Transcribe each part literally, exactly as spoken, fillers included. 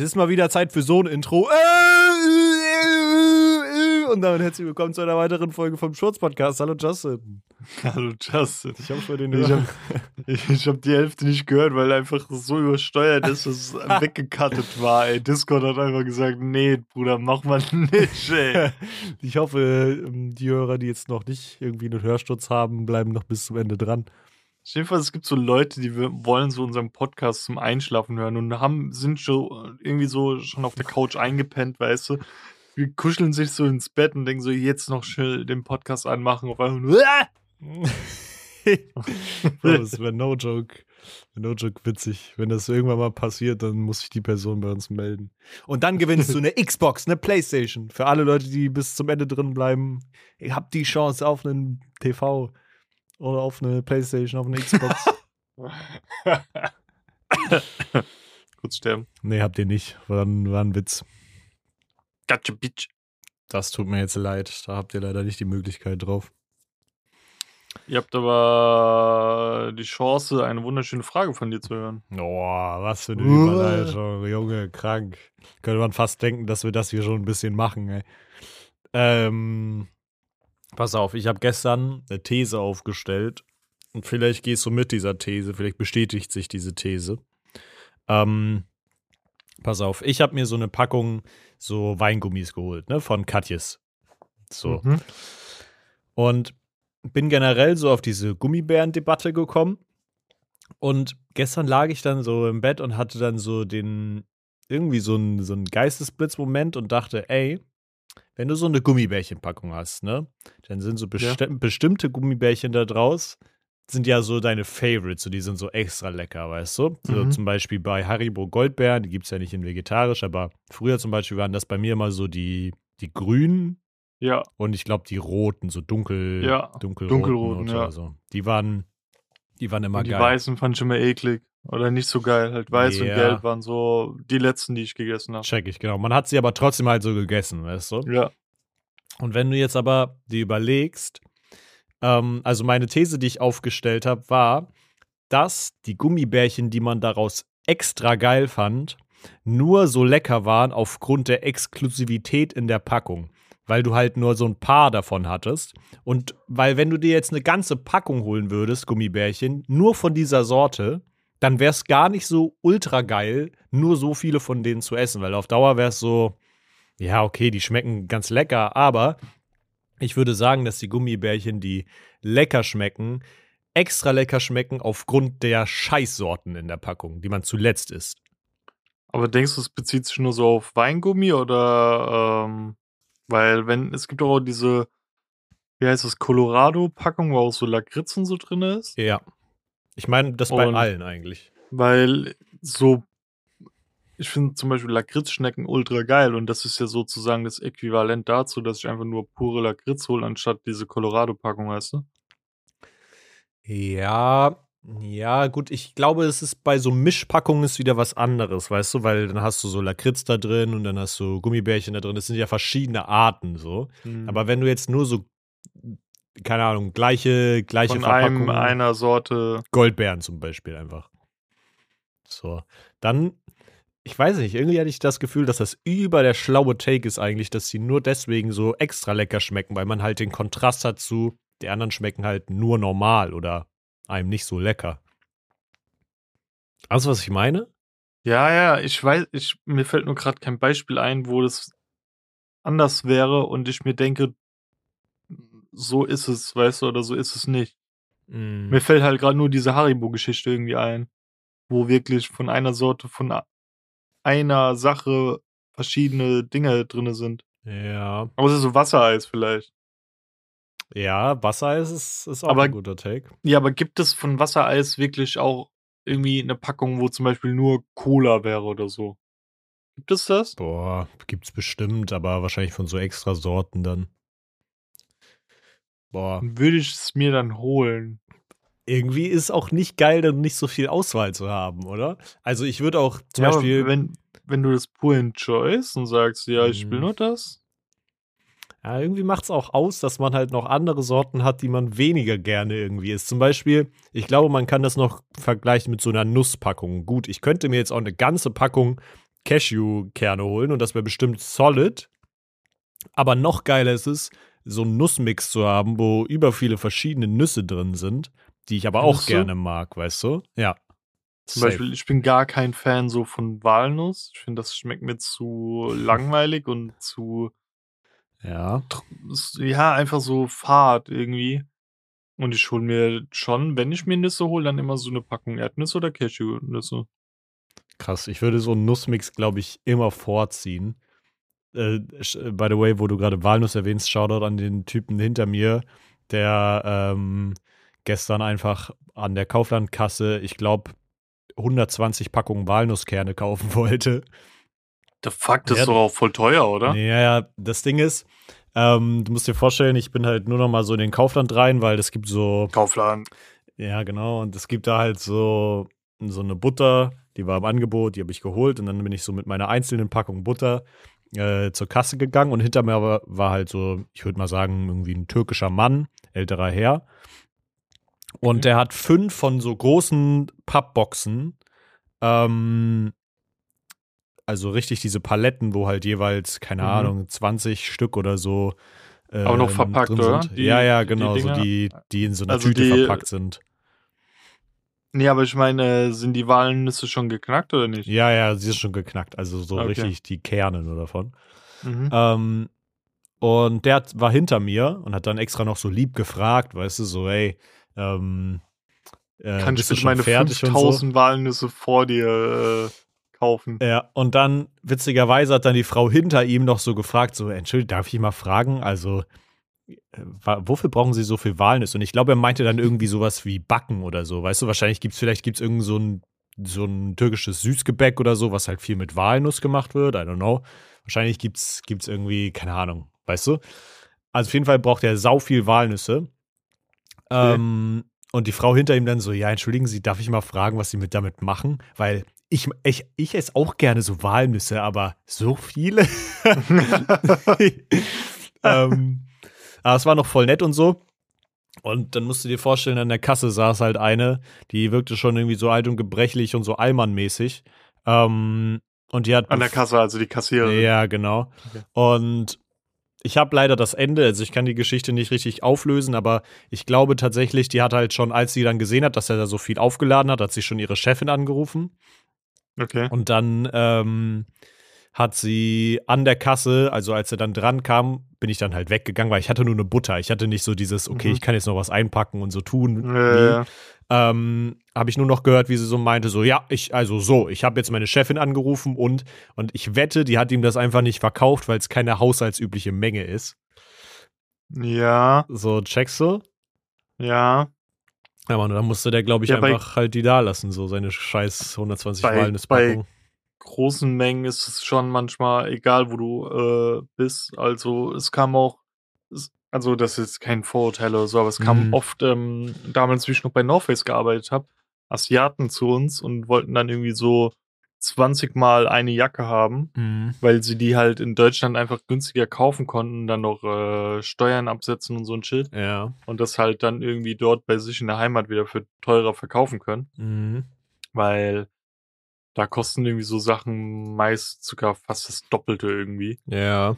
ist mal wieder Zeit für so ein Intro. Und damit herzlich willkommen zu einer weiteren Folge vom Schurz-Podcast. Hallo Justin. Hallo Justin. Ich hoffe schon den Ich habe ich hab die Hälfte nicht gehört, weil einfach so übersteuert ist, dass es weggecuttet war. Ey. Discord hat einfach gesagt, nee, Bruder, mach mal nicht, ey. Ich hoffe, die Hörer, die jetzt noch nicht irgendwie einen Hörsturz haben, bleiben noch bis zum Ende dran. Jedenfalls, es gibt so Leute, die wollen so unseren Podcast zum Einschlafen hören und haben, sind schon irgendwie so schon auf der Couch eingepennt, weißt du. Wir kuscheln sich so ins Bett und denken so, jetzt noch schnell den Podcast anmachen. Auf einmal nur, Bro, das wäre no joke. No joke witzig. Wenn das irgendwann mal passiert, dann muss sich die Person bei uns melden. Und dann gewinnst du eine Xbox, eine Playstation. Für alle Leute, die bis zum Ende drin bleiben, ihr habt die Chance auf einen T V oder auf eine Playstation, auf eine Xbox. Kurz sterben. Nee, habt ihr nicht. War ein, war ein Witz. Gotcha, bitch. Das tut mir jetzt leid. Da habt ihr leider nicht die Möglichkeit drauf. Ihr habt aber die Chance, eine wunderschöne Frage von dir zu hören. Oh, was für eine Überleitung. Junge, krank. Könnte man fast denken, dass wir das hier schon ein bisschen machen, ey. Ähm, pass auf, ich habe gestern eine These aufgestellt. Und vielleicht gehst du mit dieser These. Vielleicht bestätigt sich diese These. Ähm, pass auf, ich habe mir so eine Packung so Weingummis geholt, ne, von Katjes. So. Mhm. Und bin generell so auf diese Gummibären-Debatte gekommen. Und gestern lag ich dann so im Bett und hatte dann so den, irgendwie so einen so einen Geistesblitzmoment und dachte, ey, wenn du so eine Gummibärchenpackung hast, ne, dann sind so besti- ja. bestimmte Gummibärchen da draus, sind ja so deine Favorites, so die sind so extra lecker, weißt du? So Mhm. zum Beispiel bei Haribo Goldbeeren, die gibt es ja nicht in vegetarisch, aber früher zum Beispiel waren das bei mir immer so die, die grünen. Ja. Und ich glaube, die roten, so dunkel, Ja, dunkelroten, dunkelroten, oder ja. so. Die waren, die waren immer Und die geil. weißen fand ich immer eklig. Oder nicht so geil. Halt weiß Ja. und gelb waren so die letzten, die ich gegessen habe. Check ich, genau. Man hat sie aber trotzdem halt so gegessen, weißt du? Ja. Und wenn du jetzt aber dir überlegst, ähm, also meine These, die ich aufgestellt habe, war, dass die Gummibärchen, die man daraus extra geil fand, nur so lecker waren aufgrund der Exklusivität in der Packung. Weil du halt nur so ein paar davon hattest. Und weil, wenn du dir jetzt eine ganze Packung holen würdest, Gummibärchen, nur von dieser Sorte, dann wäre es gar nicht so ultra geil, nur so viele von denen zu essen. Weil auf Dauer wäre es so, ja, okay, die schmecken ganz lecker, aber ich würde sagen, dass die Gummibärchen, die lecker schmecken, extra lecker schmecken aufgrund der Scheißsorten in der Packung, die man zuletzt isst. Aber denkst du, es bezieht sich nur so auf Weingummi oder, ähm, weil wenn, es gibt auch diese, wie heißt das, Colorado-Packung, wo auch so Lakritz und so drin ist. Ja. Ich meine, das bei Und allen eigentlich. Weil so, ich finde zum Beispiel Lakritzschnecken ultra geil und das ist ja sozusagen das Äquivalent dazu, dass ich einfach nur pure Lakritz hole, anstatt diese Colorado-Packung, weißt du? Ja, ja, gut, ich glaube, es ist bei so Mischpackungen ist wieder was anderes, weißt du, weil dann hast du so Lakritz da drin und dann hast du Gummibärchen da drin. Das sind ja verschiedene Arten so. Mhm. Aber wenn du jetzt nur so, keine Ahnung, gleiche, gleiche Von Verpackung, einem, einer Sorte. Goldbeeren zum Beispiel einfach. So, dann, ich weiß nicht, irgendwie hatte ich das Gefühl, dass das über der schlaue Take ist eigentlich, dass sie nur deswegen so extra lecker schmecken, weil man halt den Kontrast hat zu, die anderen schmecken halt nur normal oder einem nicht so lecker. Weißt du, was ich meine? Ja, ja, ich weiß, ich, mir fällt nur gerade kein Beispiel ein, wo das anders wäre und ich mir denke, so ist es, weißt du, oder so ist es nicht. Mm. Mir fällt halt gerade nur diese Haribo-Geschichte irgendwie ein, wo wirklich von einer Sorte, von a- einer Sache verschiedene Dinge drin sind. Ja. Aber es ist so Wassereis vielleicht. Ja, Wassereis ist, ist auch Aber- ein guter Take. Ja, aber gibt es von Wassereis wirklich auch irgendwie eine Packung, wo zum Beispiel nur Cola wäre oder so? Gibt es das? Boah, gibt's bestimmt, aber wahrscheinlich von so extra Sorten dann. Boah. Würde ich es mir dann holen? Irgendwie ist auch nicht geil, dann nicht so viel Auswahl zu haben, oder? Also ich würde auch zum Ja, aber Beispiel. wenn, wenn du das pur enjoyst und sagst, ja, ich will Mhm. nur das. Ja, irgendwie macht es auch aus, dass man halt noch andere Sorten hat, die man weniger gerne irgendwie isst. Zum Beispiel, ich glaube, man kann das noch vergleichen mit so einer Nusspackung. Gut, ich könnte mir jetzt auch eine ganze Packung Cashew-Kerne holen und das wäre bestimmt solid. Aber noch geiler ist es, so einen Nussmix zu haben, wo über viele verschiedene Nüsse drin sind, die ich aber auch Nüsse? gerne mag, weißt du? Ja. Zum Safe. Beispiel, ich bin gar kein Fan so von Walnuss. Ich finde, das schmeckt mir zu langweilig und zu, Ja. ja, einfach so fad irgendwie. Und ich hole mir schon, wenn ich mir Nüsse hole, dann immer so eine Packung Erdnüsse oder Cashewnüsse. Krass. Ich würde so einen Nussmix, glaube ich, immer vorziehen. Äh, by the way, wo du gerade Walnuss erwähnst, Shoutout an den Typen hinter mir, der ähm, gestern einfach an der Kauflandkasse, ich glaube, hundertzwanzig Packungen Walnusskerne kaufen wollte. The fuck, das Ja, ist doch auch voll teuer, oder? Ja, ja, das Ding ist, ähm, du musst dir vorstellen, ich bin halt nur noch mal so in den Kaufland rein, weil es gibt so, Kaufland. ja genau, und es gibt da halt so, so eine Butter, die war im Angebot, die habe ich geholt und dann bin ich so mit meiner einzelnen Packung Butter äh, zur Kasse gegangen und hinter mir war, war halt so, ich würde mal sagen, irgendwie ein türkischer Mann, älterer Herr. Und Okay. der hat fünf von so großen Pappboxen, ähm, also richtig diese Paletten, wo halt jeweils, keine Mhm. Ahnung, zwanzig Stück oder so ähm, Aber noch verpackt, drin oder? sind. Die- ja, ja, die genau, so Dinger? die, die in so einer Also Tüte die- verpackt sind. Nee, aber ich meine, sind die Walnüsse schon geknackt oder nicht? Ja, ja, sie ist schon geknackt, also so Okay. richtig die Kerne nur davon. Mhm. Ähm, und der hat- war hinter mir und hat dann extra noch so lieb gefragt, weißt du, so, ey, ähm, äh, Kann ich bist du bitte schon meine fertig und so? fünftausend Walnüsse vor dir äh, kaufen? Ja, und dann, witzigerweise, hat dann die Frau hinter ihm noch so gefragt, so, Entschuldigung, darf ich mal fragen, also, äh, wa- wofür brauchen Sie so viel Walnüsse? Und ich glaube, er meinte dann irgendwie sowas wie Backen oder so, weißt du, wahrscheinlich gibt's, vielleicht gibt's irgend so ein, so ein türkisches Süßgebäck oder so, was halt viel mit Walnuss gemacht wird, I don't know. Wahrscheinlich gibt's, gibt's irgendwie, keine Ahnung, weißt du? Also auf jeden Fall braucht er sau viel Walnüsse. Okay. Ähm, und die Frau hinter ihm dann so, ja, entschuldigen Sie, darf ich mal fragen, was Sie mit damit machen? Weil ich, ich, ich esse auch gerne so Walnüsse, aber so viele? ähm, aber es war noch voll nett und so. Und dann musst du dir vorstellen, an der Kasse saß halt eine, die wirkte schon irgendwie so alt und gebrechlich und so Allmann-mäßig. Ähm, und die hat. An der Kasse, also die Kassiererin. Ja, genau. Okay. Und ich habe leider das Ende, also ich kann die Geschichte nicht richtig auflösen, aber ich glaube tatsächlich, die hat halt schon, als sie dann gesehen hat, dass er da so viel aufgeladen hat, hat sie schon ihre Chefin angerufen. Okay. Und dann ähm, hat sie an der Kasse, also als er dann dran kam, bin ich dann halt weggegangen, weil ich hatte nur eine Butter. Ich hatte nicht so dieses, okay, Mhm. ich kann jetzt noch was einpacken und so tun. Äh, Nee. Ähm, habe ich nur noch gehört, wie sie so meinte, so, ja, ich, also so, ich habe jetzt meine Chefin angerufen und, und ich wette, die hat ihm das einfach nicht verkauft, weil es keine haushaltsübliche Menge ist. ja, So, checkst du? ja. Ja, Mann, dann musste der, glaube ich, Ja, bei- einfach halt die da lassen, so seine scheiß hundertzwanzig Bei- Walnusspackung. Großen Mengen ist es schon manchmal egal, wo du äh, bist. Also es kam auch, es, also das ist kein Vorurteil oder so, aber es kam Mhm. oft, ähm, damals, wie ich noch bei North Face gearbeitet habe, Asiaten zu uns und wollten dann irgendwie so zwanzig Mal eine Jacke haben, Mhm. weil sie die halt in Deutschland einfach günstiger kaufen konnten, dann noch äh, Steuern absetzen und so ein Shit. Ja. Und das halt dann irgendwie dort bei sich in der Heimat wieder für teurer verkaufen können. Mhm. Weil da kosten irgendwie so Sachen meist sogar fast das Doppelte irgendwie. Ja.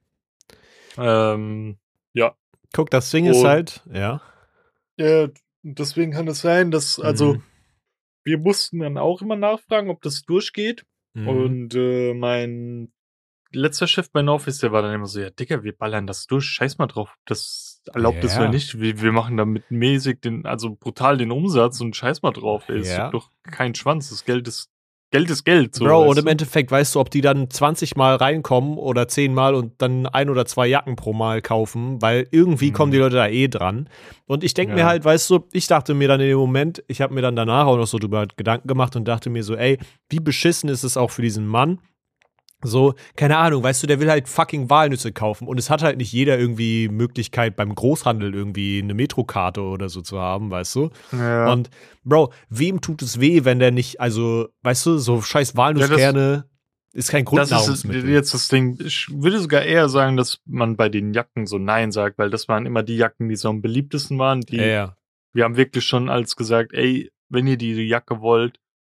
Ähm, ja. Guck, das Ding ist Und- halt, ja. Ja, deswegen kann es sein, dass, also, Mhm. wir mussten dann auch immer nachfragen, ob das durchgeht. Mhm. Und äh, mein letzter Chef bei Norface, der war dann immer so, ja, Digga, wir ballern das durch, scheiß mal drauf, ob das erlaubt ist Ja. oder nicht. Wir, wir machen damit mäßig den, also brutal den Umsatz und scheiß mal drauf, ey. Es Ja. juckt doch keinen Schwanz. Das Geld ist, Geld ist Geld. So, Bro, weißt und im du? Endeffekt weißt du, ob die dann zwanzig Mal reinkommen oder zehn Mal und dann ein oder zwei Jacken pro Mal kaufen, weil irgendwie Mhm. kommen die Leute da eh dran. Und ich denke mir Ja. halt, weißt du, ich dachte mir dann in dem Moment, ich habe mir dann danach auch noch so drüber Gedanken gemacht und dachte mir so, ey, wie beschissen ist es auch für diesen Mann? So, keine Ahnung, weißt du, der will halt fucking Walnüsse kaufen und es hat halt nicht jeder irgendwie Möglichkeit beim Großhandel irgendwie eine Metrokarte oder so zu haben, weißt du? Ja. Und Bro, wem tut es weh, wenn der nicht, also, weißt du, so scheiß Walnusskerne ist kein Das ist Grundnahrungsmittel. jetzt das Ding. Ich würde sogar eher sagen, dass man bei den Jacken so Nein sagt, weil das waren immer die Jacken, die so am beliebtesten waren. Die, ja, ja. Wir haben wirklich schon als gesagt, ey, wenn ihr die Jacke wollt,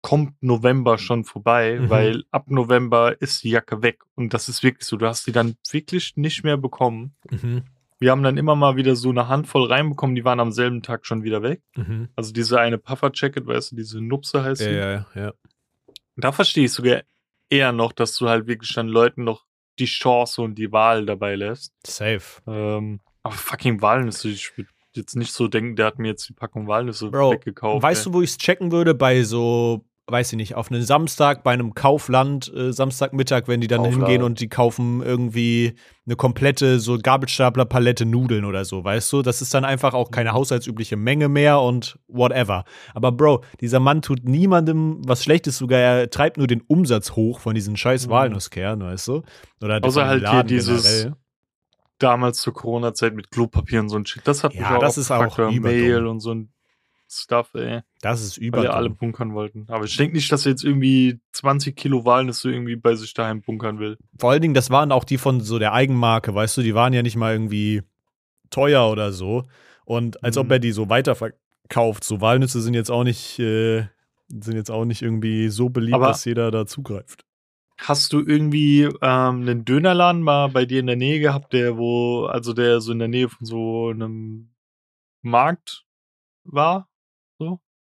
kommt November schon vorbei, Mhm. weil ab November ist die Jacke weg. Und das ist wirklich so, du hast die dann wirklich nicht mehr bekommen. Mhm. Wir haben dann immer mal wieder so eine Handvoll reinbekommen, die waren am selben Tag schon wieder weg. Mhm. Also diese eine Puffer-Jacket, weißt du, diese Nupse heißt Ja, die. ja, ja. Da verstehe ich sogar eher noch, dass du halt wirklich dann Leuten noch die Chance und die Wahl dabei lässt. Safe. Ähm, aber fucking Walnüsse, ich würde jetzt nicht so denken, der hat mir jetzt die Packung Walnüsse Bro, weggekauft. weißt ey. du, wo ich es checken würde? Bei so, weiß ich nicht, auf einem Samstag, bei einem Kaufland, äh, Samstagmittag, wenn die dann Kaufland. hingehen und die kaufen irgendwie eine komplette so Gabelstapler-Palette Nudeln oder so, weißt du? Das ist dann einfach auch keine haushaltsübliche Menge mehr und whatever. Aber Bro, dieser Mann tut niemandem was Schlechtes, sogar er treibt nur den Umsatz hoch von diesen scheiß Mhm. Walnusskernen, weißt du? Oder Außer von dem halt hier Laden dieses- generell. Damals zur Corona-Zeit mit Klopapier und so ein Shit. Das hat mich Ja, auch das ist abgefuckt, auch oder überdumm. Mehl und so ein Stuff, ey. Das ist Weil ja alle überdumm. bunkern wollten. Aber ich denke nicht, dass er jetzt irgendwie zwanzig Kilo Walnüsse irgendwie bei sich daheim bunkern will. Vor allen Dingen, das waren auch die von so der Eigenmarke, weißt du, die waren ja nicht mal irgendwie teuer oder so. Und als ob Mhm. er die so weiterverkauft. So Walnüsse sind jetzt auch nicht, äh, sind jetzt auch nicht irgendwie so beliebt, Aber- dass jeder da zugreift. Hast du irgendwie ähm, einen Dönerladen mal bei dir in der Nähe gehabt, der wo, also der so in der Nähe von so einem Markt war? So?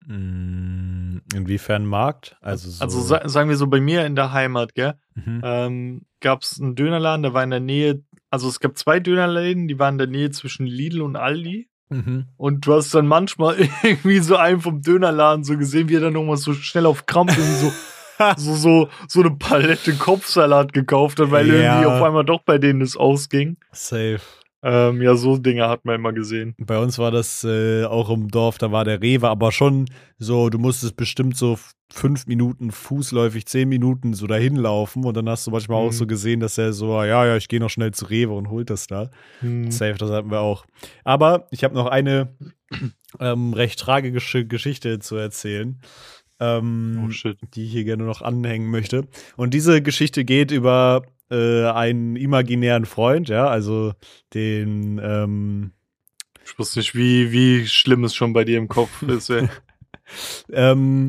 Mm, inwiefern Markt? Also so. Also sa sagen wir so bei mir in der Heimat, gell? Mhm. Ähm, gab es einen Dönerladen, der war in der Nähe, also es gab zwei Dönerläden, die waren in der Nähe zwischen Lidl und Aldi. Mhm. Und du hast dann manchmal irgendwie so einen vom Dönerladen so gesehen, wie er dann nochmal so schnell auf Krampf irgendwie so, so, so, so eine Palette Kopfsalat gekauft hat, weil Ja. irgendwie auf einmal doch bei denen das ausging. Safe. Ähm, ja, so Dinge hat man immer gesehen. Bei uns war das äh, auch im Dorf, da war der Rewe, aber schon so, du musstest bestimmt so f- fünf Minuten fußläufig, zehn Minuten so dahin laufen und dann hast du manchmal Mhm. auch so gesehen, dass er so, ja, ja, ich gehe noch schnell zu Rewe und holt das da. Hm. Safe, das hatten wir auch. Aber ich habe noch eine ähm, recht tragische Geschichte zu erzählen, ähm, Oh shit. die ich hier gerne noch anhängen möchte. Und diese Geschichte geht über äh, einen imaginären Freund, ja, also den, ähm, Ich wusste nicht, wie, wie schlimm es schon bei dir im Kopf ist, ey. ähm,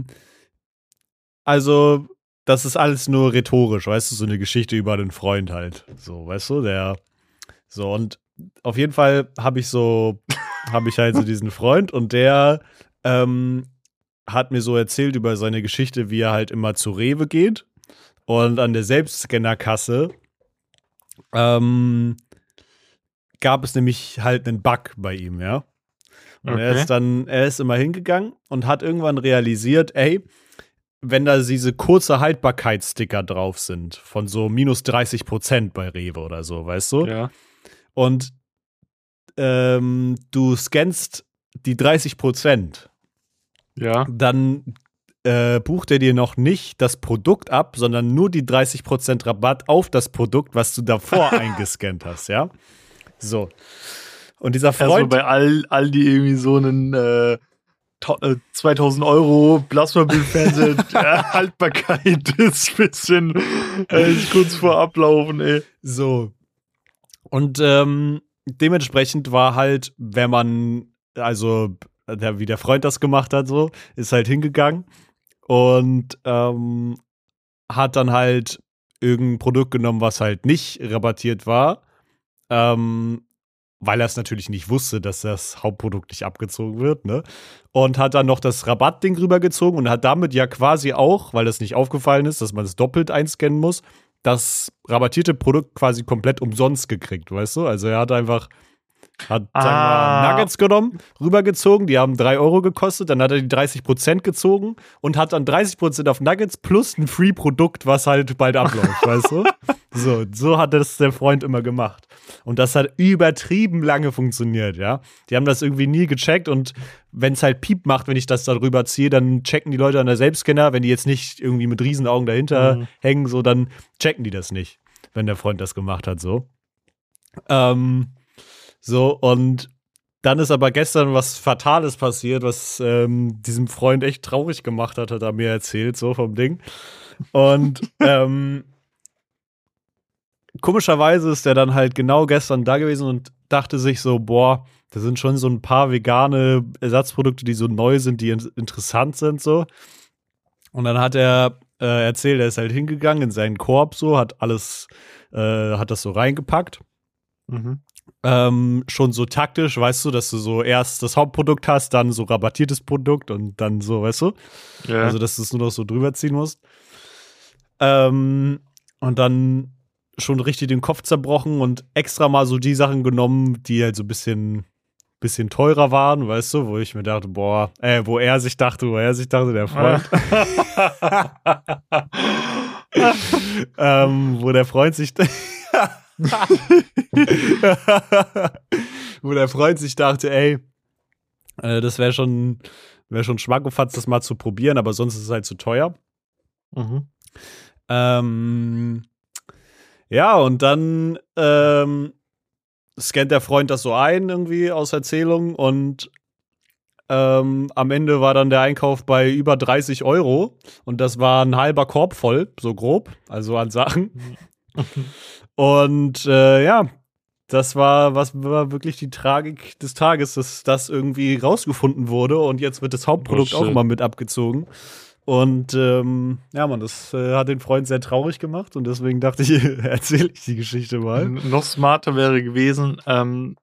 also, das ist alles nur rhetorisch, weißt du, so eine Geschichte über einen Freund halt. So, weißt du, der. So, und auf jeden Fall habe ich so, habe ich halt so diesen Freund und der ähm, hat mir so erzählt über seine Geschichte, wie er halt immer zu Rewe geht und an der Selbstscannerkasse ähm, gab es nämlich halt einen Bug bei ihm, ja. Und er Okay. ist dann, er ist immer hingegangen und hat irgendwann realisiert, ey, wenn da diese kurze Haltbarkeitssticker drauf sind, von so minus dreißig Prozent bei Rewe oder so, weißt du? Ja. Und ähm, du scannst die dreißig Prozent, Ja. dann äh, bucht er dir noch nicht das Produkt ab, sondern nur die dreißig Prozent Rabatt auf das Produkt, was du davor eingescannt hast, ja? So. Und dieser Erstmal Freund. bei all, all die irgendwie so einen äh, to- äh, zweitausend Euro Plasmabildfernseher äh, Haltbarkeit ist ein bisschen äh, ist kurz vor Ablaufen, ey. So. Und ähm, dementsprechend war halt, wenn man, also der, wie der Freund das gemacht hat, so, ist halt hingegangen und ähm, hat dann halt irgendein Produkt genommen, was halt nicht rabattiert war, ähm, weil er es natürlich nicht wusste, dass das Hauptprodukt nicht abgezogen wird, ne? Und hat dann noch das Rabattding rübergezogen und hat damit ja quasi auch, weil das nicht aufgefallen ist, dass man es doppelt einscannen muss, das rabattierte Produkt quasi komplett umsonst gekriegt, weißt du? Also er hat einfach, hat, sagen wir Ah. mal, Nuggets genommen, rübergezogen, die haben drei Euro gekostet, dann hat er die dreißig Prozent gezogen und hat dann dreißig Prozent auf Nuggets plus ein Free-Produkt, was halt bald abläuft, weißt du? So, so hat das der Freund immer gemacht. Und das hat übertrieben lange funktioniert, ja. Die haben das irgendwie nie gecheckt und wenn es halt Piep macht, wenn ich das darüber ziehe, dann checken die Leute an der Selbstscanner, wenn die jetzt nicht irgendwie mit Riesenaugen dahinter Mhm. hängen, so, dann checken die das nicht, wenn der Freund das gemacht hat, so. Ähm, so, und dann ist aber gestern was Fatales passiert, was ähm, diesem Freund echt traurig gemacht hat, hat er mir erzählt, so vom Ding. Und ähm, komischerweise ist er dann halt genau gestern da gewesen und dachte sich so, boah, da sind schon so ein paar vegane Ersatzprodukte, die so neu sind, die in- interessant sind, so. Und dann hat er äh, erzählt, er ist halt hingegangen in seinen Korb so, hat alles, äh, hat das so reingepackt. Mhm. Ähm, schon so taktisch, weißt du, dass du so erst das Hauptprodukt hast, dann so rabattiertes Produkt und dann so, weißt du? Ja. Also, dass du es nur noch so drüber ziehen musst. Ähm, und dann schon richtig den Kopf zerbrochen und extra mal so die Sachen genommen, die halt so ein bisschen, bisschen teurer waren, weißt du, wo ich mir dachte, boah, äh, wo er sich dachte, wo er sich dachte, der Freund. ähm, wo der Freund sich wo der Freund sich dachte, ey, äh, das wäre schon, wäre schon Schmackofatz, das mal zu probieren, aber sonst ist es halt zu teuer. Mhm. Ähm, ja, und dann ähm, scannt der Freund das so ein, irgendwie aus Erzählung, und ähm, am Ende war dann der Einkauf bei über dreißig Euro und das war ein halber Korb voll, so grob, also an Sachen. Und äh, ja, das war, was war wirklich die Tragik des Tages, dass das irgendwie rausgefunden wurde und jetzt wird das Hauptprodukt Oh, auch shit. immer mit abgezogen. Und ähm, ja, man, das äh, hat den Freund sehr traurig gemacht und deswegen dachte ich, erzähle ich die Geschichte mal. N- Noch smarter wäre gewesen, ähm,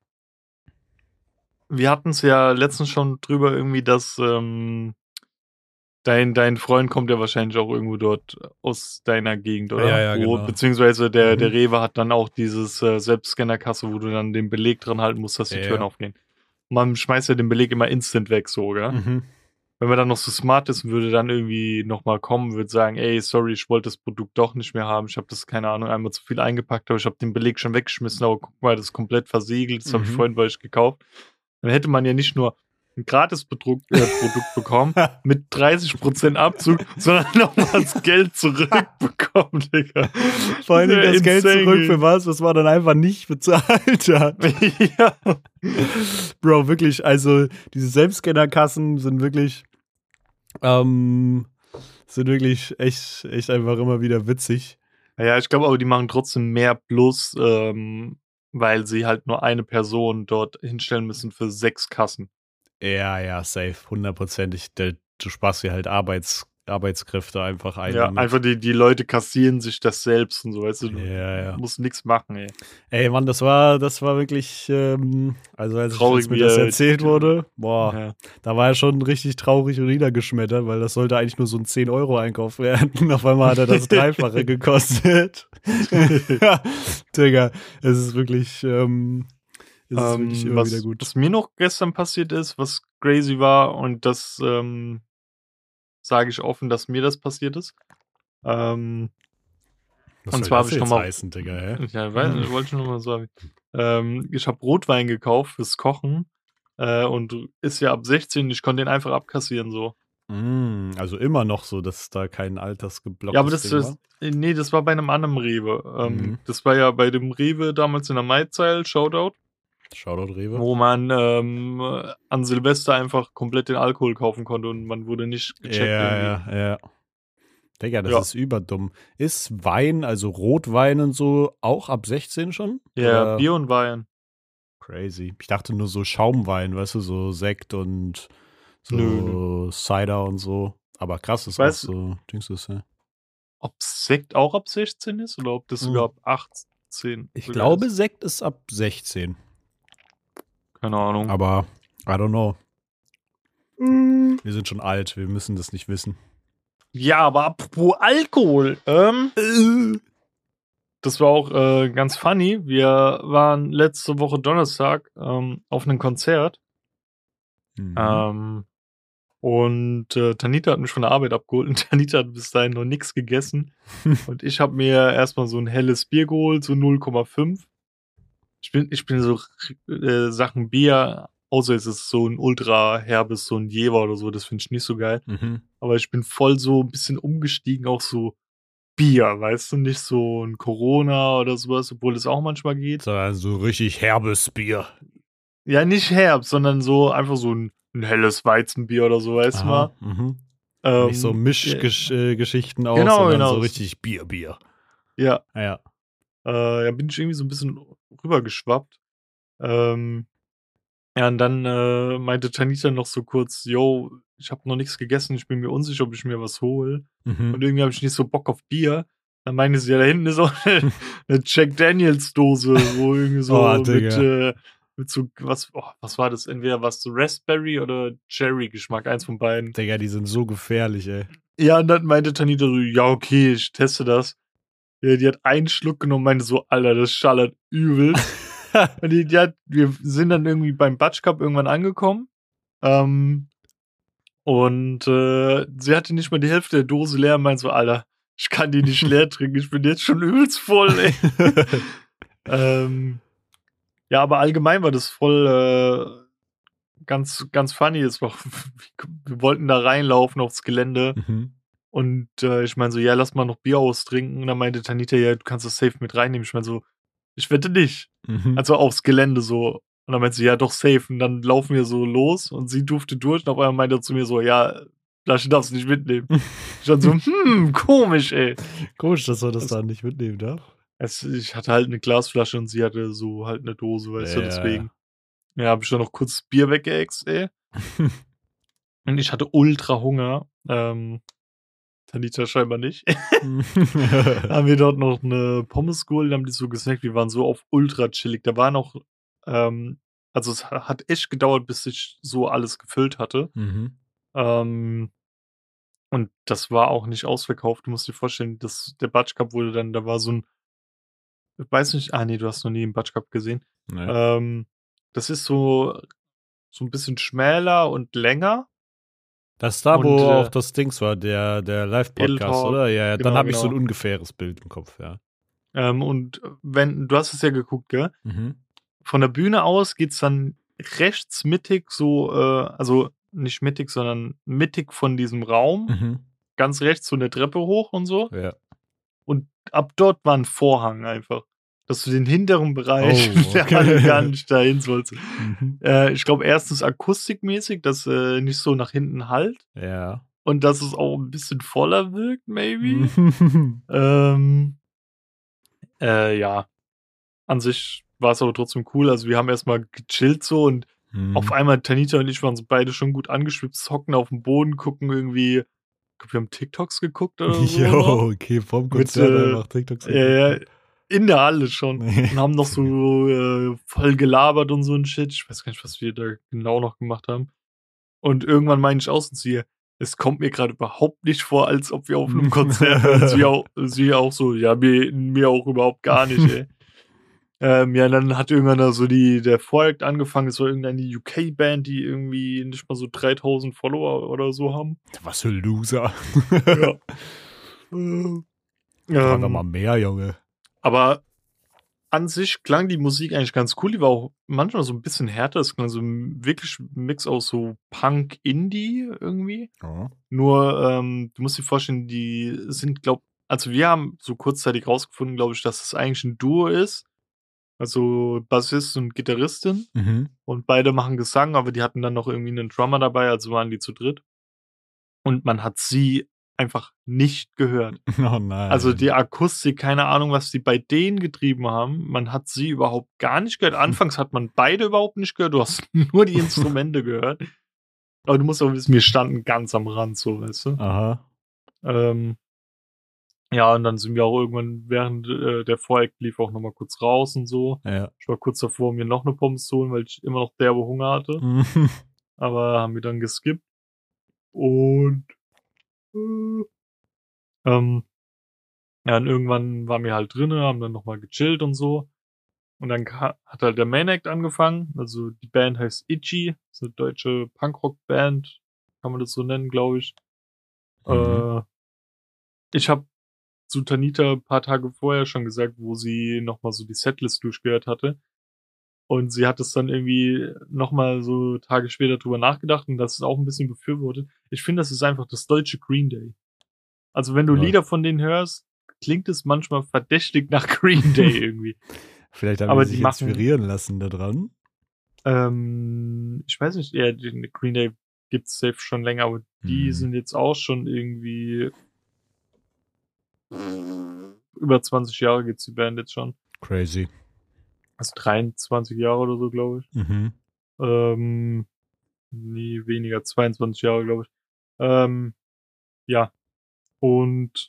wir hatten es ja letztens schon drüber irgendwie, dass ähm, dein, dein Freund kommt ja wahrscheinlich auch irgendwo dort aus deiner Gegend, oder? Ja, ja, Wo, genau. beziehungsweise der, Mhm. der Rewe hat dann auch dieses äh, Selbstscannerkasse, wo du dann den Beleg dran halten musst, dass die Ja, Türen ja. aufgehen. Man schmeißt ja den Beleg immer instant weg, so, gell? Mhm. Wenn man dann noch so smart ist und würde dann irgendwie nochmal kommen, würde sagen, ey, sorry, ich wollte das Produkt doch nicht mehr haben. Ich habe das, keine Ahnung, einmal zu viel eingepackt, aber ich habe den Beleg schon weggeschmissen, aber guck mal, das ist komplett versiegelt, das habe ich Mhm. vorhin bei euch gekauft. Dann hätte man ja nicht nur ein Gratis-Produkt äh, Produkt bekommen mit dreißig Prozent Abzug, sondern nochmal das Geld zurückbekommen, Digga. Vor allem Sehr das Geld insane. zurück für was, was man dann einfach nicht bezahlt hat. Ja. Bro, wirklich, also diese Selbstscannerkassen sind wirklich, ähm, sind wirklich echt, echt einfach immer wieder witzig. Ja, ich glaube aber, die machen trotzdem mehr Plus, ähm, weil sie halt nur eine Person dort hinstellen müssen für sechs Kassen. Ja, ja, safe, hundertprozentig. Der- Du sparst dir halt Arbeits, Arbeitskräfte einfach ein. Ja, damit. einfach die, die Leute kassieren sich das selbst und so, weißt du, du Ja, ja. musst nichts machen, ey. Ey, Mann, das war, das war wirklich, ähm, also als, ich, Traurig, als mir wie das er- erzählt wurde, boah, Ja. da war er schon richtig traurig und niedergeschmettert, weil das sollte eigentlich nur so ein zehn-Euro-Einkauf werden. Auf einmal hat er das Dreifache gekostet. Digga, es ist wirklich, ähm, es ist wirklich Ähm, immer was, wieder gut. was mir noch gestern passiert ist, was crazy war, und das ähm, sage ich offen, dass mir das passiert ist. Ähm, Was und soll zwar das habe ich jetzt noch mal- heißen, Digga, hä? ja, weil, wollte ich noch mal sagen. Ähm, ich habe Rotwein gekauft fürs Kochen äh, und ist ja ab sechzehn, ich konnte den einfach abkassieren so. Mm, also immer noch so, dass da kein altersgeblocktes Ja, aber das Ding ist, war. nee, das war bei einem anderen Rewe. Ähm, Mhm. Das war ja bei dem Rewe damals in der Maizeil, Shoutout, Shoutout Rewe. wo man ähm, an Silvester einfach komplett den Alkohol kaufen konnte und man wurde nicht Ja, gecheckt irgendwie. ja, ja. Digga, das Ja. ist überdumm. Ist Wein, also Rotwein und so, auch ab sechzehn schon? Ja, Oder- Bier und Wein. Crazy. Ich dachte nur so Schaumwein, weißt du, so Sekt und so Nö, Cider und so. Aber krass ist Weißt- auch so, Dings ist, ja. Ob Sekt auch ab sechzehn ist oder ob das Mhm. sogar ab achtzehn Ich sogar glaube, ist. Sekt ist ab sechzehn. Keine Ahnung. Aber I don't know. Wir sind schon alt, wir müssen das nicht wissen. Ja, aber apropos Alkohol. Ähm, das war auch äh, ganz funny. Wir waren letzte Woche Donnerstag ähm, auf einem Konzert. Mhm. Ähm, und äh, Tanita hat mich von der Arbeit abgeholt und Tanita hat bis dahin noch nichts gegessen. Und ich habe mir erstmal so ein helles Bier geholt, so null Komma fünf. Ich bin, ich bin so äh, Sachen Bier, außer es ist so ein ultra herbes, so ein Jever oder so, das finde ich nicht so geil. Mhm. Aber ich bin voll so ein bisschen umgestiegen auf so Bier, weißt du, nicht so ein Corona oder sowas, obwohl es auch manchmal geht. So, so richtig herbes Bier. Ja, nicht herb, sondern so einfach so ein, ein helles Weizenbier oder so, weißt du mal. Aha, mhm. Ähm, Nicht so Mischgeschichten aus, genau, sondern genau. so richtig Bier, Bier. Ja, Ja. äh, ja, bin ich irgendwie so ein bisschen rübergeschwappt. Ähm, Ja, und dann, äh, meinte Tanita noch so kurz: „Jo, ich habe noch nichts gegessen, ich bin mir unsicher, ob ich mir was hole. Mhm. Und irgendwie habe ich nicht so Bock auf Bier." Dann meinte sie: „Ja, da hinten ist auch 'ne 'ne Jack Daniels Dose, wo irgendwie Oh, so mit, Digga. äh mit so was oh, was war das? Entweder war's so Raspberry oder Cherry-Geschmack, eins von beiden." Digga, die sind so gefährlich, ey. Ja, und dann meinte Tanita so: „Ja, okay, ich teste das." Ja, die hat einen Schluck genommen und meinte so: „Alter, das schallert übelst." Und die die hat wir sind dann irgendwie beim Batsch Cup irgendwann angekommen, ähm, und, äh, sie hatte nicht mal die Hälfte der Dose leer und meinte so: „Alter, ich kann die nicht leer trinken, ich bin jetzt schon übelst voll, ey." Ähm, ja, aber allgemein war das voll, äh, ganz ganz funny. Es war wir wollten da reinlaufen aufs Gelände Mhm. und, äh, ich meine so: „Ja, lass mal noch Bier austrinken." Und dann meinte Tanita: „Ja, du kannst das safe mit reinnehmen." Ich meine so: „Ich wette nicht." Mhm. Also, aufs Gelände so. Und dann meinte sie: „Ja, doch, safe." Und dann laufen wir so los und sie durfte durch und auf einmal meinte er zu mir so: „Ja, Flasche darfst du nicht mitnehmen." Ich dann so: „Hm, komisch, ey." Komisch, dass man das Es da nicht mitnehmen darf. es ich hatte halt 'ne Glasflasche und sie hatte so halt 'ne Dose, Ja, weißt du, ja, deswegen. ja. Ja, habe ich dann noch kurz das Bier weggeext, ey. Und ich hatte ultra Hunger, ähm, Tanita scheinbar nicht. Haben wir dort noch 'ne Pommes geholt, haben die so gesnackt. Wir waren so auf ultra chillig. Da war noch, ähm also, es ha hat echt gedauert, bis sich so alles gefüllt hatte. Mhm. Ähm, und das war auch nicht ausverkauft. Du musst dir vorstellen, das der Batsch Cup wurde dann da war so 'n ich weiß nicht ah ne, du hast noch nie 'n Batsch Cup gesehen. Ne. Ähm, das ist so so 'n bisschen schmäler und länger Das ist da, und, wo auch äh das Dings war, der der Edel Live-Podcast, Talk, oder? Ja, ja, dann genau, habe ich so 'n genau. ungefähres Bild im Kopf, ja. Ähm, und wenn du hast es ja geguckt, gell? Mhm. Von der Bühne aus geht's dann rechts mittig so, äh also, nicht mittig, sondern mittig von diesem Raum, Mhm. ganz rechts so 'ne Treppe hoch und so. Ja. Und ab dort war 'n Vorhang einfach, dass du den hinteren Bereich Oh, der Halle gar okay. nicht dahin sollst. Mhm. Äh, ich glaube, erstens akustikmäßig, dass, äh, nicht so nach hinten hallt Ja. und dass es auch 'n bisschen voller wirkt maybe. Ähm, äh, ja, an sich war's aber trotzdem cool. Also, wir haben erst mal gechillt so und auf Mhm. einmal Tanita und ich waren so beide schon gut angeschwipst, hocken aufm Boden, gucken irgendwie ich glaube, wir haben TikToks geguckt oder so noch Jo, okay, vorm mit, Konzert äh einfach TikToks geguckt, ja, ja. ja, in der Halle schon Ne. und haben noch so, äh, voll gelabert und so 'n Shit. Ich weiß gar nicht, was wir da genau noch gemacht haben. Und irgendwann meinte ich auch so zu ihr: „Es kommt mir grad überhaupt nicht vor, als ob wir auf 'nem Konzert wären." Sie au sie auch so: „Ja, mir mir auch überhaupt gar nicht, ey." Ähm, ja, dann hat irgendwann da so die der Vorakt angefangen. Es war irgendeine U K-Band, die irgendwie nicht mal so dreitausend Follower oder so haben. Was für Loser. Ja. Äh, Brauchen wir mal ähm, mehr, Junge. aber an sich klang die Musik eigentlich ganz cool. Die war auch manchmal so 'n bisschen härter. Es klang so 'n wirklich Mix aus so Punk, Indie irgendwie. Ja. Nur, ähm, du musst dir vorstellen, die sind, glaube also, wir haben so kurzzeitig rausgefunden, glaube ich, dass es eigentlich 'n Duo ist, also, Bassist und Gitarristin Mhm. und beide machen Gesang, aber die hatten dann noch irgendwie 'nen Drummer dabei, also waren die zu dritt. Und man hat sie einfach nicht gehört. Oh Also, die nein. Akustik, keine Ahnung, was die bei denen getrieben haben. Man hat sie überhaupt gar nicht gehört. Anfangs hat man beide überhaupt nicht gehört. Du hast nur die Instrumente gehört. Aber du musst auch wissen, wir standen ganz am Rand so, weißt du? Aha. Ähm, ja, und dann sind wir auch irgendwann während, äh, der Voract lief auch noch mal kurz raus und so. Ja. Ich war kurz davor, mir noch 'ne Pommes zu holen, weil ich immer noch derbe Hunger hatte, aber haben wir dann geskippt und, äh, ähm ja, und irgendwann waren wir halt drinnen, haben dann noch mal gechillt und so. Und dann ka hat halt der Main Act angefangen. Also, die Band heißt Itchy, ist 'ne deutsche Punkrock-Band, kann man das so nennen, glaube ich. Mhm. Äh, ich habe zu Tanita paar Tage vorher schon gesagt, wo sie noch mal so die Setlist durchgehört hatte. Und sie hat es dann irgendwie noch mal so Tage später drüber nachgedacht und das ist auch 'n bisschen befürwortet. Ich finde, das ist einfach das deutsche Green Day. Also, wenn du Ja. Lieder von denen hörst, klingt es manchmal verdächtig nach Green Day irgendwie. Vielleicht haben die Aber die sich machen inspirieren lassen da dran. ähm, ich weiß nicht, ja, den Green Day gibt's safe schon länger, aber die Mhm. sind jetzt auch schon irgendwie über zwanzig Jahre gibt's die Band jetzt schon. Crazy. Also, dreiundzwanzig Jahre oder so, glaube ich. Mhm. Ähm, nie weniger, zweiundzwanzig Jahre, glaube ich. Ähm, ja. Und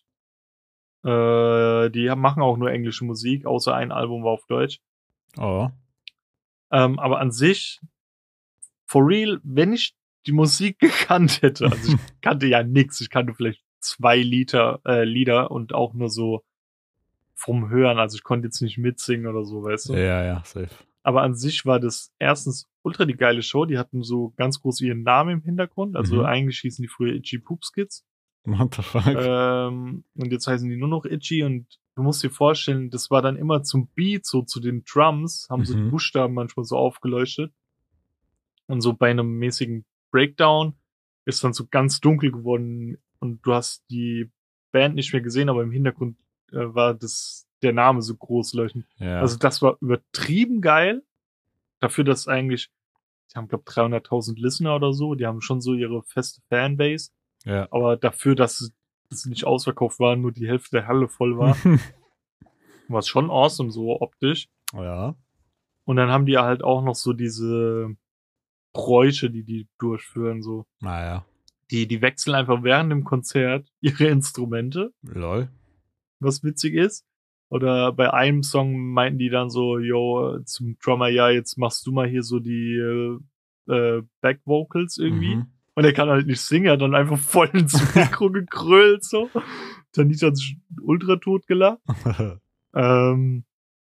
äh, die haben- machen auch nur englische Musik, außer ein Album war auf Deutsch. Oh. Ähm, aber an sich, for real, wenn ich die Musik gekannt hätte, also ich kannte ja nix, ich kannte vielleicht zwei Lieder, äh, Lieder und auch nur so vom Hören, also ich konnte jetzt nicht mitsingen oder so, weißt du? Ja, ja, safe. Aber an sich war das erstens ultra die geile Show, die hatten so ganz groß ihren Namen im Hintergrund, also Mhm. eigentlich hießen die früher Itchy Poops Kids. What the fuck? Ähm, und jetzt heißen die nur noch Itchy und du musst dir vorstellen, das war dann immer zum Beat, so zu den Drums, haben so die Mhm. Buchstaben manchmal so aufgeleuchtet. Und so bei einem mäßigen Breakdown ist dann so ganz dunkel geworden und du hast die Band nicht mehr gesehen, aber im Hintergrund äh, war das, der Name so groß leuchtend. Ja. Also das war übertrieben geil. Dafür, dass eigentlich, die haben, glaube ich, dreihunderttausend Listener oder so, die haben schon so ihre feste Fanbase. ja. Aber dafür, dass es nicht ausverkauft war, nur die Hälfte der Halle voll war, war es schon awesome, so optisch. ja. Und dann haben die halt auch noch so diese Bräuche, die die durchführen, so. Naja. Die, die wechseln einfach während dem Konzert ihre Instrumente, Lol. was witzig ist. Oder bei einem Song meinten die dann so, yo, zum Drummer, ja, jetzt machst du mal hier so die äh, äh, Back Vocals irgendwie. Mhm. Und er kann halt nicht singen, er hat dann einfach voll ins Mikro gekrölt, so. Tanita hat sich ultra tot gelacht. ähm,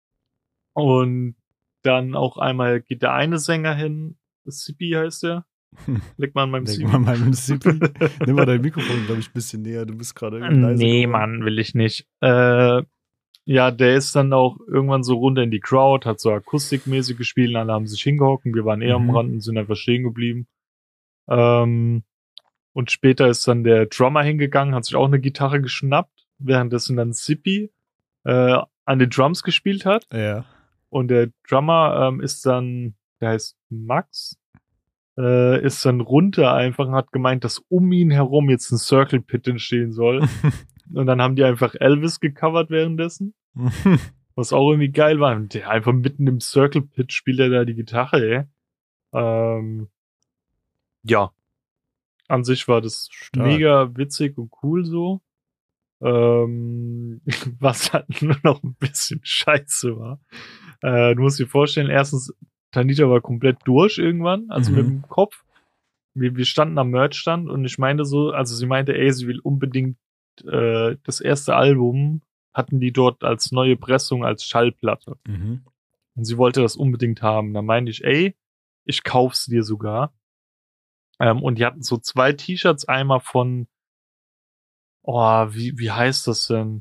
und dann auch einmal geht der eine Sänger hin, Sippy heißt der. Leg mal an meinem Leg Sippy. mal meinem Sippy. Nimm mal dein Mikrofon, glaube ich, ein bisschen näher. Du bist gerade irgendwie leise Nee, geworden. Mann, will ich nicht. Äh, ja, der ist dann auch irgendwann so runter in die Crowd, hat so akustikmäßig gespielt, und alle haben sich hingehockt und wir waren eher Mhm. am Rand und sind einfach stehen geblieben. Ähm, und später ist dann der Drummer hingegangen, hat sich auch eine Gitarre geschnappt, währenddessen dann Sippy äh, an den Drums gespielt hat. Ja. Und der Drummer ähm, ist dann, der heißt Max, äh, ist dann runter einfach und hat gemeint, dass um ihn herum jetzt ein Circle Pit entstehen soll. Und dann haben die einfach Elvis gecovert währenddessen, was auch irgendwie geil war. Und der einfach mitten im Circle Pit spielt er da die Gitarre, ey. Ähm, ja. An sich war das Stark. mega witzig und cool so. Ähm, was halt nur noch ein bisschen scheiße war. Äh, du musst dir vorstellen, erstens, Tanita war komplett durch irgendwann, also Mhm. mit dem Kopf. Wir, wir standen am Merchstand und ich meinte so, also sie meinte, ey, sie will unbedingt äh, das erste Album hatten die dort als neue Pressung, als Schallplatte. Mhm. Und sie wollte das unbedingt haben. Da meinte ich, ey, ich kauf's dir sogar. Ähm, und die hatten so zwei T-Shirts, einmal von, oh, wie, wie heißt das denn?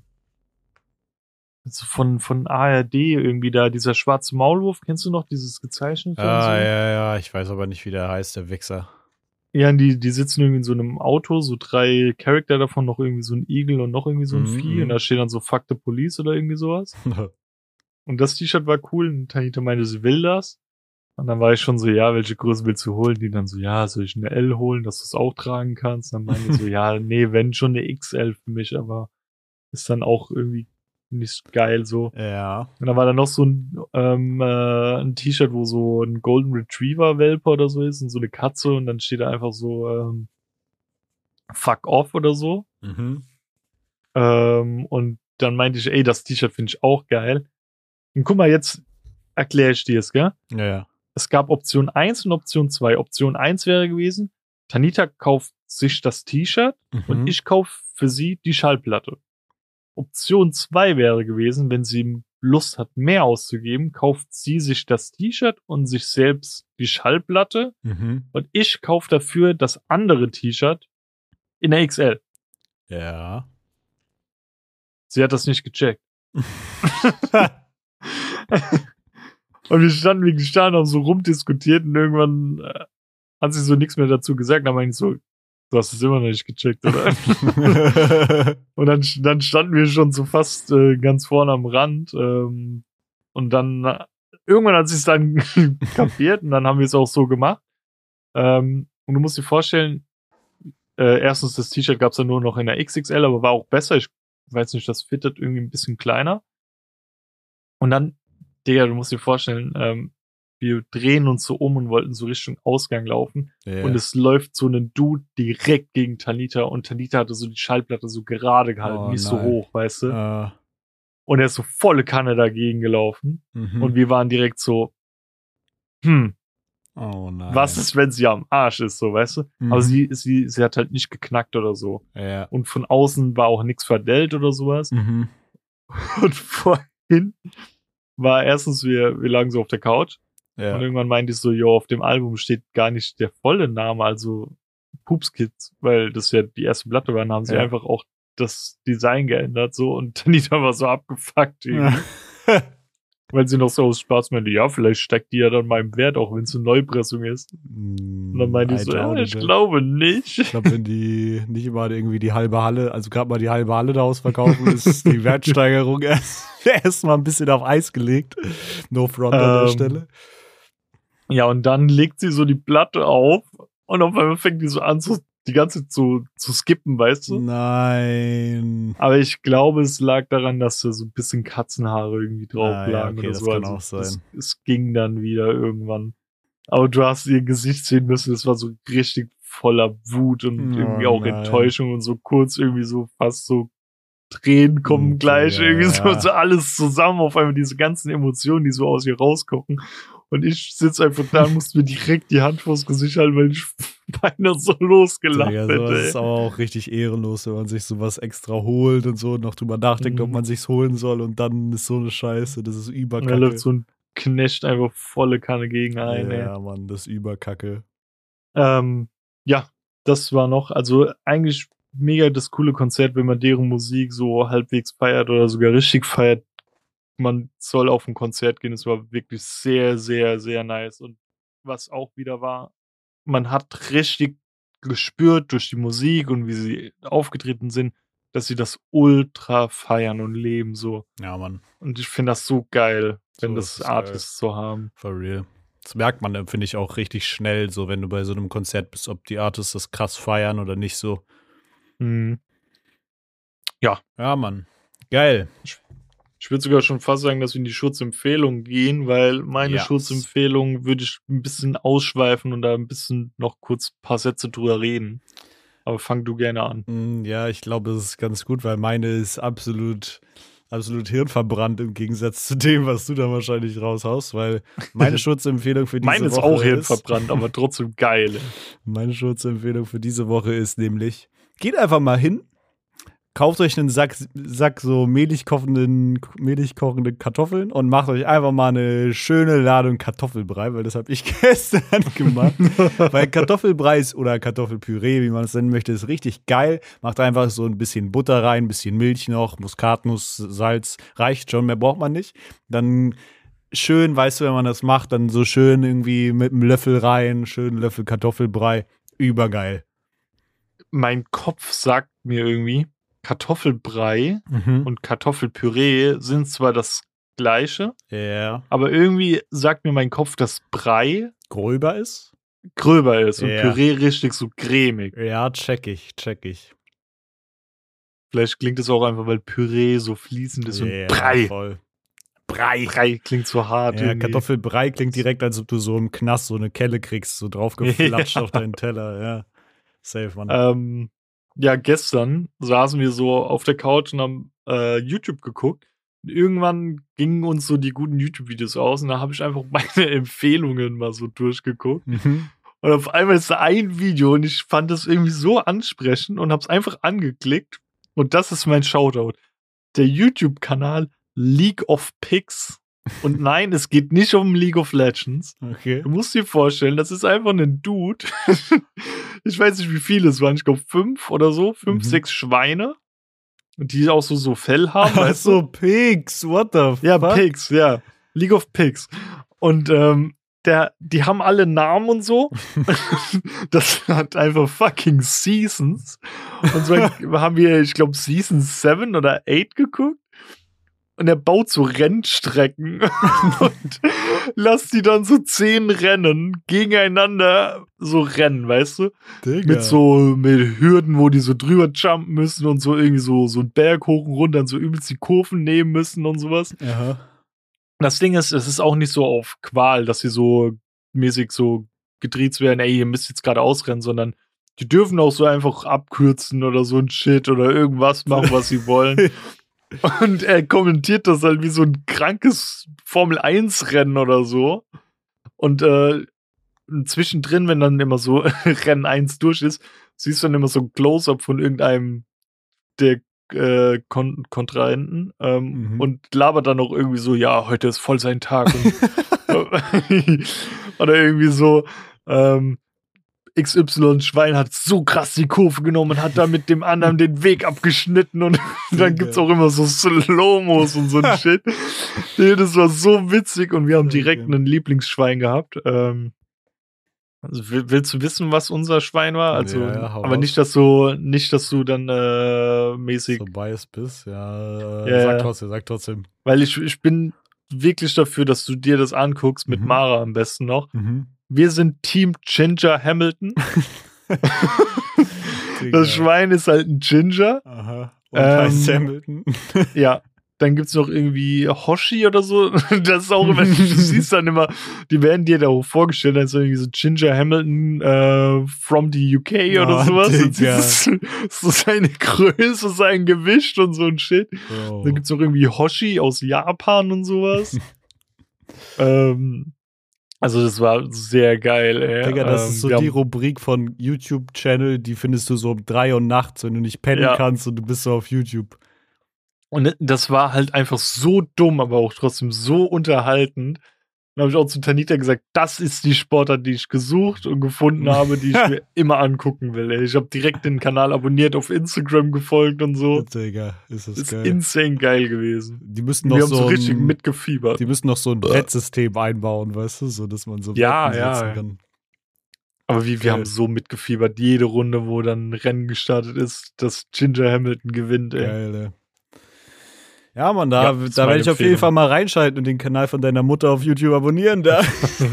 Also von, von A R D irgendwie da, dieser schwarze Maulwurf, kennst du noch dieses gezeichnete und so? Ah, ja, ja, ich weiß aber nicht, wie der heißt, der Wichser. Ja, und die, die sitzen irgendwie in so einem Auto, so drei Charakter davon, noch irgendwie so ein Igel und noch irgendwie so ein Mhm, Vieh, mhm. und da steht dann so Fuck the Police oder irgendwie sowas. Und das T-Shirt war cool, und Tanita meinte, sie will das. Und dann war ich schon so, ja, welche Größe willst du holen? Die dann so, ja, soll ich eine L holen, dass du es auch tragen kannst? Dann meinte ich so, ja, nee, wenn schon eine X L für mich, aber ist dann auch irgendwie nicht geil so. ja. Und dann war da noch so ein, ähm, äh, ein T-Shirt, wo so ein Golden Retriever Welpe oder so ist und so eine Katze, und dann steht da einfach so ähm, Fuck off oder so. Mhm. Ähm, und dann meinte ich, ey, das T-Shirt finde ich auch geil. Und guck mal, jetzt erkläre ich dir es, gell? Ja, ja. Es gab Option eins und Option zwei. Option eins wäre gewesen, Tanita kauft sich das T-Shirt Mhm. und ich kaufe für sie die Schallplatte. Option zwei wäre gewesen, wenn sie Lust hat, mehr auszugeben, kauft sie sich das T-Shirt und sich selbst die Schallplatte, Mhm. und ich kaufe dafür das andere T-Shirt in der X L. Ja. Sie hat das nicht gecheckt. Und wir standen wie gestanden, haben so rumdiskutiert, und irgendwann äh, hat sie so nichts mehr dazu gesagt. Dann meinte ich so, du hast es immer noch nicht gecheckt, oder? Und dann, dann standen wir schon so fast äh, ganz vorne am Rand. Ähm, und dann, äh, irgendwann hat sie es dann kapiert, und dann haben wir es auch so gemacht. Ähm, und du musst dir vorstellen, äh, erstens, das T-Shirt gab es dann nur noch in der X X L, aber war auch besser. Ich weiß nicht, das fittet irgendwie ein bisschen kleiner. Und dann, Digga, du musst dir vorstellen, ähm, wir drehen uns so um und wollten so Richtung Ausgang laufen. Yeah. Und es läuft so ein Dude direkt gegen Tanita und Tanita hatte so die Schallplatte so gerade gehalten, Oh, nicht so nein. hoch, weißt du? Äh, Und er ist so volle Kanne dagegen gelaufen. mhm. Und wir waren direkt so, hm, Oh nein. was ist, wenn sie am Arsch ist, so, weißt du? Mhm. Aber sie, sie, sie hat halt nicht geknackt oder so. Ja. Und von außen war auch nichts verdellt oder sowas. Mhm. Und vorhin war erstens, wir, wir lagen so auf der Couch. Ja. Und irgendwann meinte ich so, jo, auf dem Album steht gar nicht der volle Name, also Poops Kids, weil das ja die erste Platte war, dann haben sie Ja. einfach auch das Design geändert, so, und Tanita war so abgefuckt irgendwie. Weil sie noch so aus Spaß meinte, ja, vielleicht steigt die ja dann mal im Wert, auch wenn es eine Neupressung ist. Und dann meinte ich so, ja, ich glaube nicht. Ich glaube, wenn die nicht mal irgendwie die halbe Halle, also gerade mal die halbe Halle daraus verkaufen, ist die Wertsteigerung erst, erst mal ein bisschen auf Eis gelegt. No front an der Ähm, Stelle. Ja, und dann legt sie so die Platte auf und auf einmal fängt die so an, so die ganze Zeit zu, zu skippen, weißt du? Nein. Aber ich glaube, es lag daran, dass da so ein bisschen Katzenhaare irgendwie drauf Ah, ja, lagen okay, oder das so. kann Also auch sein. Es, es ging dann wieder irgendwann. Aber du hast ihr Gesicht sehen müssen, es war so richtig voller Wut und Oh, irgendwie auch nein. Enttäuschung und so kurz irgendwie so fast so Tränen kommen Hm, gleich, ja, irgendwie so, ja. so alles zusammen, auf einmal diese ganzen Emotionen, die so aus ihr rauskochen. Und ich sitze einfach da und musste mir direkt die Hand vors Gesicht halten, weil ich beinahe so losgelacht Digga, hätte. sowas ey. ist aber auch richtig ehrenlos, wenn man sich sowas extra holt und so und noch drüber nachdenkt, Mhm. ob man sich's holen soll und dann ist so eine Scheiße, das ist Und da Überkacke. läuft so ein Knecht einfach volle Kanne gegen einen. ey. Ja, Mann, das ist Überkacke. Ähm, ja, das war noch, also eigentlich mega das coole Konzert, wenn man deren Musik so halbwegs feiert oder sogar richtig feiert. Man soll auf ein Konzert gehen. Es war wirklich sehr, sehr, sehr nice. Und was auch wieder war, man hat richtig gespürt durch die Musik und wie sie aufgetreten sind, dass sie das ultra feiern und leben so. Ja, Mann, Und ich finde das so geil, wenn So das ist es geil. Artists so haben. for real. Das merkt man, finde ich, auch richtig schnell, so wenn du bei so einem Konzert bist, ob die Artists das krass feiern oder nicht so. Mhm. Ja, Mann. Geil. Ich würde sogar schon fast sagen, dass wir in die Schutzempfehlung gehen, weil meine Yes. Schutzempfehlung würde ich ein bisschen ausschweifen und da ein bisschen noch kurz ein paar Sätze drüber reden. Aber fang du gerne an. Mm, Ja, ich glaube, das ist ganz gut, weil meine ist absolut, absolut hirnverbrannt im Gegensatz zu dem, was du da wahrscheinlich raushaust, weil meine Schutzempfehlung für diese Meine ist Woche auch ist, hirnverbrannt, aber trotzdem geil. meine Schutzempfehlung für diese Woche ist nämlich, geht einfach mal hin, kauft euch einen Sack, Sack so mehlig kochenden, mehlig kochende Kartoffeln und macht euch einfach mal eine schöne Ladung Kartoffelbrei, weil das habe ich gestern gemacht. Weil Kartoffelbrei ist, oder Kartoffelpüree, wie man es nennen möchte, ist richtig geil. Macht einfach so ein bisschen Butter rein, ein bisschen Milch noch, Muskatnuss, Salz, reicht schon, mehr braucht man nicht. Dann schön, weißt du, wenn man das macht, dann so schön irgendwie mit einem Löffel rein, schönen Löffel Kartoffelbrei, übergeil. Mein Kopf sagt mir irgendwie, Kartoffelbrei Mhm. und Kartoffelpüree sind zwar das gleiche, Ja. aber irgendwie sagt mir mein Kopf, dass Brei Gröber ist? gröber ist und Ja. Püree richtig so cremig. Ja, check ich, check ich. Vielleicht klingt es auch einfach, weil Püree so fließend ist Ja, und Brei. voll. Brei. Brei klingt so hart. Ja, irgendwie. Kartoffelbrei klingt direkt, als ob du so im Knast so eine Kelle kriegst, so draufgeflatscht auf deinen Teller, ja. Safe, Mann. Ähm, ja, gestern saßen wir so auf der Couch und haben äh, YouTube geguckt. Und irgendwann gingen uns so die guten YouTube-Videos aus und da habe ich einfach meine Empfehlungen mal so durchgeguckt. Mhm. Und auf einmal ist da ein Video und ich fand das irgendwie so ansprechend und habe es einfach angeklickt. Und das ist mein Shoutout. Der YouTube-Kanal League of Pigs. Und nein, es geht nicht um League of Legends. Okay. Du musst dir vorstellen, das ist einfach ein Dude. Ich weiß nicht, wie viele es waren. Ich glaube, fünf oder so. Fünf, Mhm. sechs Schweine. Und die auch so, so Fell haben. Ach weißt so, du? Pigs, what the Ja, fuck? Pigs, ja. League of Pigs. Und ähm, der, die haben alle Namen und so. Das hat einfach fucking Seasons. Und so haben wir, ich glaube, Season sieben oder acht geguckt. Und er baut so Rennstrecken und lässt die dann so zehn Rennen gegeneinander so rennen, weißt du? Digga. Mit so, mit Hürden, wo die so drüber jumpen müssen und so irgendwie so, so einen Berg hoch und runter und so übelst die Kurven nehmen müssen und sowas. Aha. Das Ding ist, es ist auch nicht so auf Qual, dass sie so mäßig so gedreht werden, ey, ihr müsst jetzt gerade ausrennen, sondern die dürfen auch so einfach abkürzen oder so ein Shit oder irgendwas machen, was sie wollen. Und er kommentiert das halt wie so ein krankes Formel eins Rennen oder so. Und äh, zwischendrin, wenn dann immer so Rennen eins durch ist, siehst du dann immer so ein Close-Up von irgendeinem der äh, Kon- Kontrahenten ähm, Mhm. und labert dann auch irgendwie so, ja, heute ist voll sein Tag. Und oder irgendwie so, ähm, X Y-Schwein hat so krass die Kurve genommen und hat da mit dem anderen den Weg abgeschnitten und dann gibt's auch immer so Slow-Mos und so ein Shit. Nee, das war so witzig und wir haben direkt einen Lieblingsschwein gehabt. Ähm, also will- willst du wissen, was unser Schwein war? Also, Ja, ja, hau aber raus. nicht, dass du, nicht, dass du dann äh, mäßig, So biased bist, ja. Äh, Ja, sag ja. trotzdem, sag trotzdem. weil ich, ich bin wirklich dafür, dass du dir das anguckst, mit Mhm. Mara am besten noch. Mhm. Wir sind Team Ginger Hamilton. Digga. Das Schwein ist halt ein Ginger. Aha. Und Ähm, heißt Hamilton. Ja. Dann gibt's noch irgendwie Hoshi oder so. Das ist auch immer, du siehst dann immer, die werden dir da hoch vorgestellt, dann ist irgendwie so Ginger Hamilton äh, from the U K oder Oh, sowas. Und Digga. siehst du so seine Größe, sein Gewicht und so ein Shit. Bro. Dann gibt's noch irgendwie Hoshi aus Japan und sowas. ähm, also das war sehr geil, ey. Digga, das ähm, ist so wir die haben- Rubrik von YouTube-Channel, die findest du so um drei Uhr nachts, wenn du nicht pennen Ja. kannst und du bist so auf YouTube. Und das war halt einfach so dumm, aber auch trotzdem so unterhaltend. Dann habe ich auch zu Tanita gesagt, das ist die Sportart, die ich gesucht und gefunden habe, die ich mir immer angucken will. Ey. Ich habe direkt den Kanal abonniert, auf Instagram gefolgt und so. Digga, ist das Das ist geil. insane geil gewesen. Die müssten Wir noch haben so so richtig ein, mitgefiebert. die müssen noch so ein Bettsystem einbauen, weißt du, so dass man so Ja, Wetten ja, setzen ja. kann. Aber wie, wir Geil. haben so mitgefiebert. Jede Runde, wo dann ein Rennen gestartet ist, dass Ginger Hamilton gewinnt. Ey. Geil, ey. Ja, Mann, da, Ja, das ist da meine werde ich auf jeden Empfehlung. Fall mal reinschalten und den Kanal von deiner Mutter auf YouTube abonnieren. Da.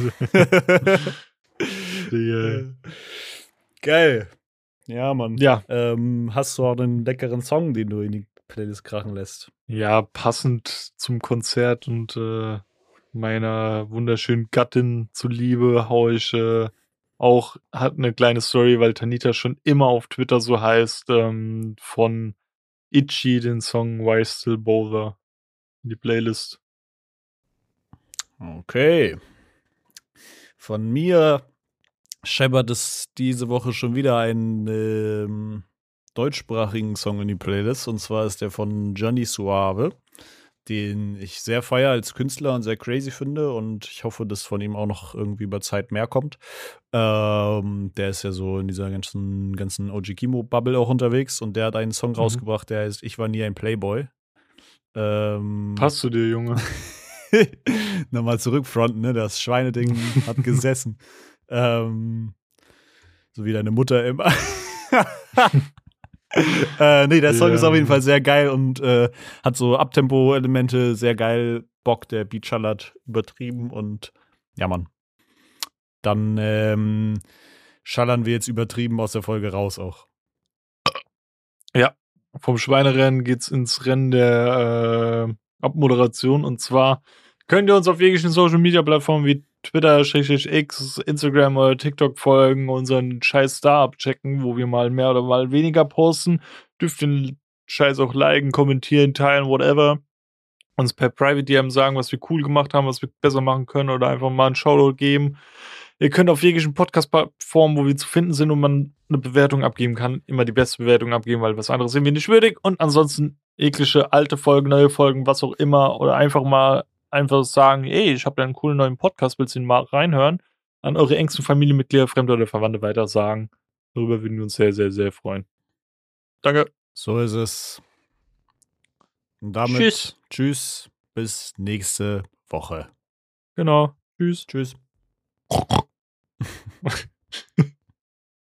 Die, Geil. Ja, Mann. ja, Ähm, hast du auch einen leckeren Song, den du in die Playlist krachen lässt? ja, passend zum Konzert und äh, meiner wunderschönen Gattin zuliebe hau ich äh, auch, hat eine kleine Story, weil Tanita schon immer auf Twitter so heißt, ähm, von Itchy den Song Why Still Bother in die Playlist. Okay. Von mir scheppert es diese Woche schon wieder einen ähm, deutschsprachigen Song in die Playlist. Und zwar ist der von Johnny Suave, den ich sehr feier als Künstler und sehr crazy finde. Und ich hoffe, dass von ihm auch noch irgendwie über Zeit mehr kommt. Ähm, der ist ja so in dieser ganzen, ganzen O G Kimo-Bubble auch unterwegs. Und der hat einen Song Mhm. rausgebracht, der heißt Ich war nie ein Playboy. Ähm, Passt zu dir, Junge. Nochmal zurückfronten, ne? Das Schweineding hat gesessen. Ähm, so wie deine Mutter immer. äh, nee, der Song Ja. ist auf jeden Fall sehr geil und äh, hat so Abtempo-Elemente, sehr geil. Bock, der Beat schallert, übertrieben und ja, Mann. Dann ähm, schallern wir jetzt übertrieben aus der Folge raus auch. Vom Schweinerennen geht's ins Rennen der äh, Abmoderation. Und zwar könnt ihr uns auf jeglichen Social Media Plattformen wie Twitter, X, Instagram oder TikTok folgen, unseren Scheiß Star abchecken, wo wir mal mehr oder mal weniger posten. Dürft den Scheiß auch liken, kommentieren, teilen, whatever. Uns per Private D M sagen, was wir cool gemacht haben, was wir besser machen können oder einfach mal einen Shoutout geben. Ihr könnt auf jeglichen Podcast-Plattformen, wo wir zu finden sind und man eine Bewertung abgeben kann, immer die beste Bewertung abgeben, weil was anderes sind wir nicht würdig. Und ansonsten jegliche alte Folgen, neue Folgen, was auch immer. Oder einfach mal einfach sagen, ey, ich habe da einen coolen neuen Podcast, willst du ihn mal reinhören? An eure engsten Familienmitglieder, Fremde oder Verwandte weiter sagen. Darüber würden wir uns sehr, sehr, sehr freuen. Danke. So ist es. Und damit Tschüss. Tschüss, bis nächste Woche. Genau. Tschüss. Tschüss.